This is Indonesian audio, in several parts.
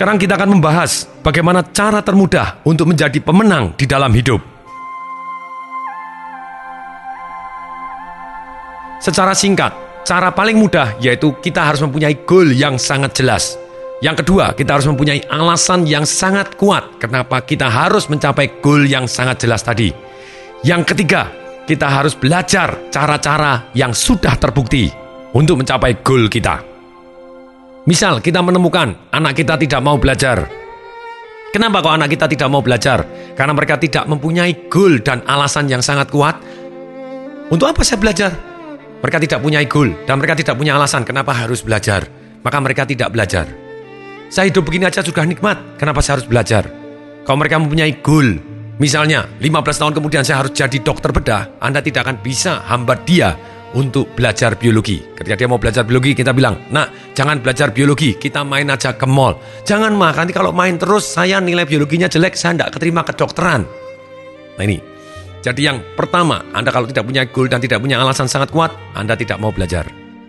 Sekarang kita akan membahas bagaimana cara termudah untuk menjadi pemenang di dalam hidup. Secara singkat, cara paling mudah yaitu kita harus mempunyai goal yang sangat jelas. Yang kedua, kita harus mempunyai alasan yang sangat kuat kenapa kita harus mencapai goal yang sangat jelas tadi. Yang ketiga, kita harus belajar cara-cara yang sudah terbukti untuk mencapai goal kita. Misal kita menemukan anak kita tidak mau belajar. Kenapa kok anak kita tidak mau belajar? Karena mereka tidak mempunyai goal dan alasan yang sangat kuat. Untuk apa saya belajar? Mereka tidak punya goal dan mereka tidak punya alasan kenapa harus belajar. Maka mereka tidak belajar. Saya hidup begini aja sudah nikmat, kenapa saya harus belajar? Kalau mereka mempunyai goal, misalnya 15 tahun kemudian saya harus jadi dokter bedah, Anda tidak akan bisa hambat dia untuk belajar biologi. Ketika dia mau belajar biologi, kita bilang, "Nak, jangan belajar biologi, kita main aja ke mall." "Jangan, Ma, nanti kalau main terus saya nilai biologinya jelek, saya tidak keterima kedokteran." Nah ini, jadi yang pertama, Anda kalau tidak punya goal dan tidak punya alasan sangat kuat, Anda tidak mau belajar.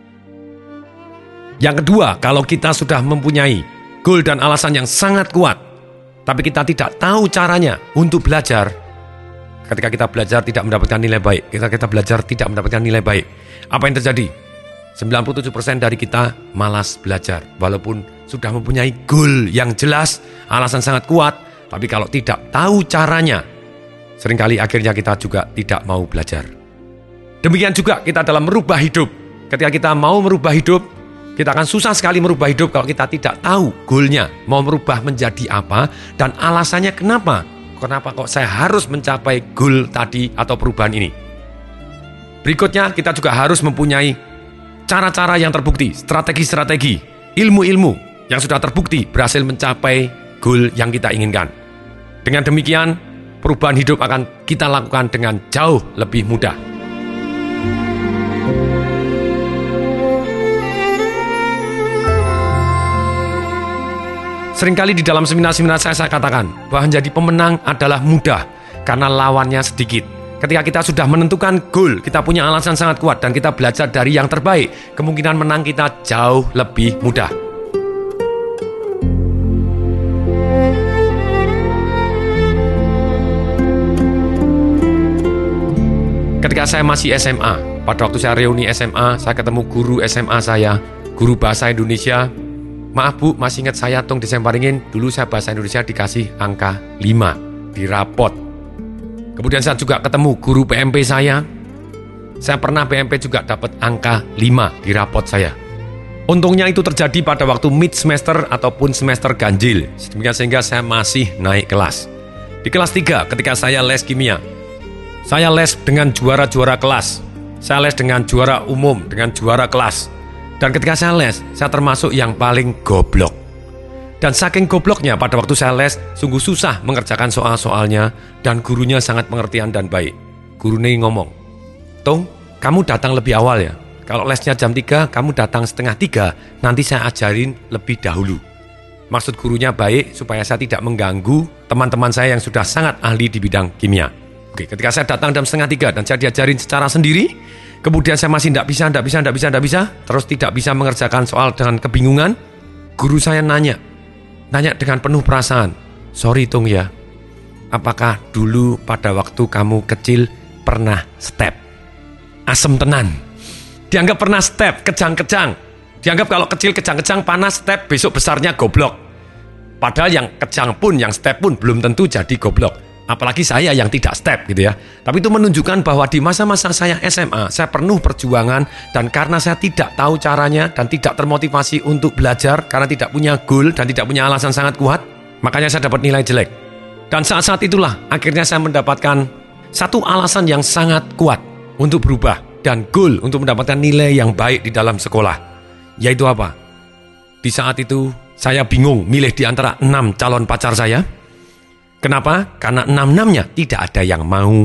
Yang kedua, kalau kita sudah mempunyai goal dan alasan yang sangat kuat, tapi kita tidak tahu caranya untuk belajar. Ketika kita belajar tidak mendapatkan nilai baik, kita belajar tidak mendapatkan nilai baik, apa yang terjadi? 97% dari kita malas belajar. Walaupun sudah mempunyai goal yang jelas, alasan sangat kuat, tapi kalau tidak tahu caranya, seringkali akhirnya kita juga tidak mau belajar. Demikian juga kita dalam merubah hidup. Ketika kita mau merubah hidup, kita akan susah sekali merubah hidup kalau kita tidak tahu goalnya, mau merubah menjadi apa, dan alasannya kenapa. Kenapa kok saya harus mencapai goal tadi atau perubahan ini? Berikutnya, kita juga harus mempunyai cara-cara yang terbukti, strategi-strategi, ilmu-ilmu yang sudah terbukti berhasil mencapai goal yang kita inginkan. Dengan demikian, perubahan hidup akan kita lakukan dengan jauh lebih mudah. Seringkali di dalam seminar-seminar saya katakan bahwa menjadi pemenang adalah mudah karena lawannya sedikit. Ketika kita sudah menentukan goal, kita punya alasan sangat kuat dan kita belajar dari yang terbaik, kemungkinan menang kita jauh lebih mudah. Ketika saya masih SMA, pada waktu saya reuni SMA, saya ketemu guru SMA saya, guru bahasa Indonesia. "Maaf Bu, masih ingat saya Tung Desembaringin, dulu saya bahasa Indonesia dikasih angka 5 di rapot." Kemudian saya juga ketemu guru PMP saya pernah PMP juga dapat angka 5 di rapot saya. Untungnya itu terjadi pada waktu mid semester ataupun semester ganjil, sehingga saya masih naik kelas. Di kelas 3 ketika saya les kimia, saya les dengan juara-juara kelas, saya les dengan juara umum, dengan juara kelas. Dan ketika saya les, saya termasuk yang paling goblok. Dan saking gobloknya pada waktu saya les, sungguh susah mengerjakan soal-soalnya dan gurunya sangat pengertian dan baik. Guru ini ngomong, "Tung, kamu datang lebih awal ya. Kalau lesnya jam 3, kamu datang setengah 3, nanti saya ajarin lebih dahulu." Maksud gurunya baik supaya saya tidak mengganggu teman-teman saya yang sudah sangat ahli di bidang kimia. Oke, ketika saya datang jam setengah 3 dan saya diajarin secara sendiri, kemudian saya masih tidak bisa, terus tidak bisa mengerjakan soal dengan kebingungan, guru saya nanya dengan penuh perasaan, "Sorry Tung ya, apakah dulu pada waktu kamu kecil pernah step?" Asem tenan. Dianggap pernah step, kejang-kejang. Dianggap kalau kecil kejang-kejang, panas, step, besok besarnya goblok. Padahal yang kejang pun, yang step pun belum tentu jadi goblok. Apalagi saya yang tidak step gitu ya. Tapi itu menunjukkan bahwa di masa-masa saya SMA, saya penuh perjuangan. Dan karena saya tidak tahu caranya dan tidak termotivasi untuk belajar, karena tidak punya goal dan tidak punya alasan sangat kuat, makanya saya dapat nilai jelek. Dan saat-saat itulah akhirnya saya mendapatkan satu alasan yang sangat kuat untuk berubah dan goal untuk mendapatkan nilai yang baik di dalam sekolah. Yaitu apa? Di saat itu saya bingung milih di antara 6 calon pacar saya. Kenapa? Karena 6-6-nya tidak ada yang mau.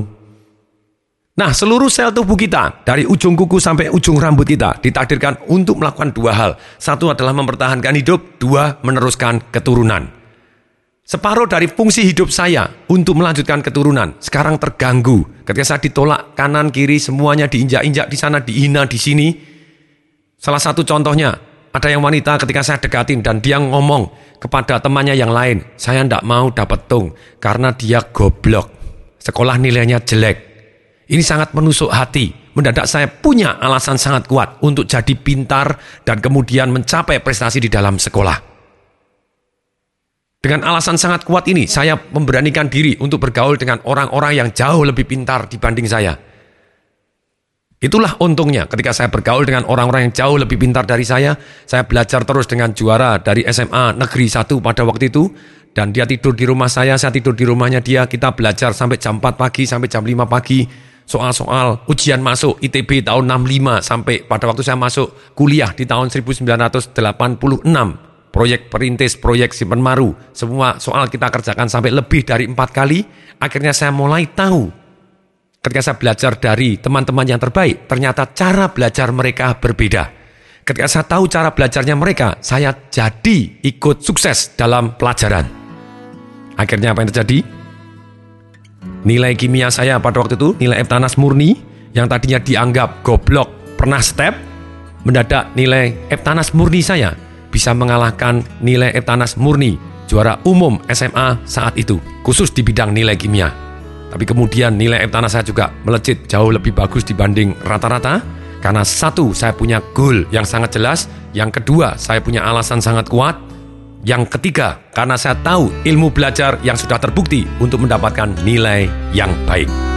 Nah, seluruh sel tubuh kita, dari ujung kuku sampai ujung rambut kita, ditakdirkan untuk melakukan 2 hal. 1 adalah mempertahankan hidup, 2 meneruskan keturunan. Separuh dari fungsi hidup saya untuk melanjutkan keturunan sekarang terganggu. Ketika saya ditolak kanan kiri, semuanya diinjak-injak di sana, dihina di sini. Salah satu contohnya Ada yang wanita ketika saya dekatin dan dia ngomong kepada temannya yang lain, saya tidak mau dapat tung karena dia goblok. Sekolah nilainya jelek. Ini sangat menusuk hati. Mendadak saya punya alasan sangat kuat untuk jadi pintar dan kemudian mencapai prestasi di dalam sekolah. Dengan alasan sangat kuat ini, saya memberanikan diri untuk bergaul dengan orang-orang yang jauh lebih pintar dibanding saya. Itulah untungnya ketika saya bergaul dengan orang-orang yang jauh lebih pintar dari saya belajar terus dengan juara dari SMA Negeri 1 pada waktu itu, dan dia tidur di rumah saya tidur di rumahnya dia, kita belajar sampai jam 4 pagi sampai jam 5 pagi, soal-soal ujian masuk ITB tahun 65 sampai pada waktu saya masuk kuliah di tahun 1986, proyek perintis, proyek simpen maru, semua soal kita kerjakan sampai lebih dari 4 kali. Akhirnya saya mulai tahu, ketika saya belajar dari teman-teman yang terbaik, ternyata cara belajar mereka berbeda. Ketika saya tahu cara belajarnya mereka, saya jadi ikut sukses dalam pelajaran. Akhirnya apa yang terjadi? Nilai kimia saya pada waktu itu, nilai Eptanas murni, yang tadinya dianggap goblok, pernah step, mendadak nilai Eptanas murni saya bisa mengalahkan nilai Eptanas murni, juara umum SMA saat itu, khusus di bidang nilai kimia. Tapi kemudian nilai Eptanas saya juga melejit jauh lebih bagus dibanding rata-rata. Karena satu, saya punya goal yang sangat jelas. Yang kedua, saya punya alasan sangat kuat. Yang ketiga, karena saya tahu ilmu belajar yang sudah terbukti untuk mendapatkan nilai yang baik.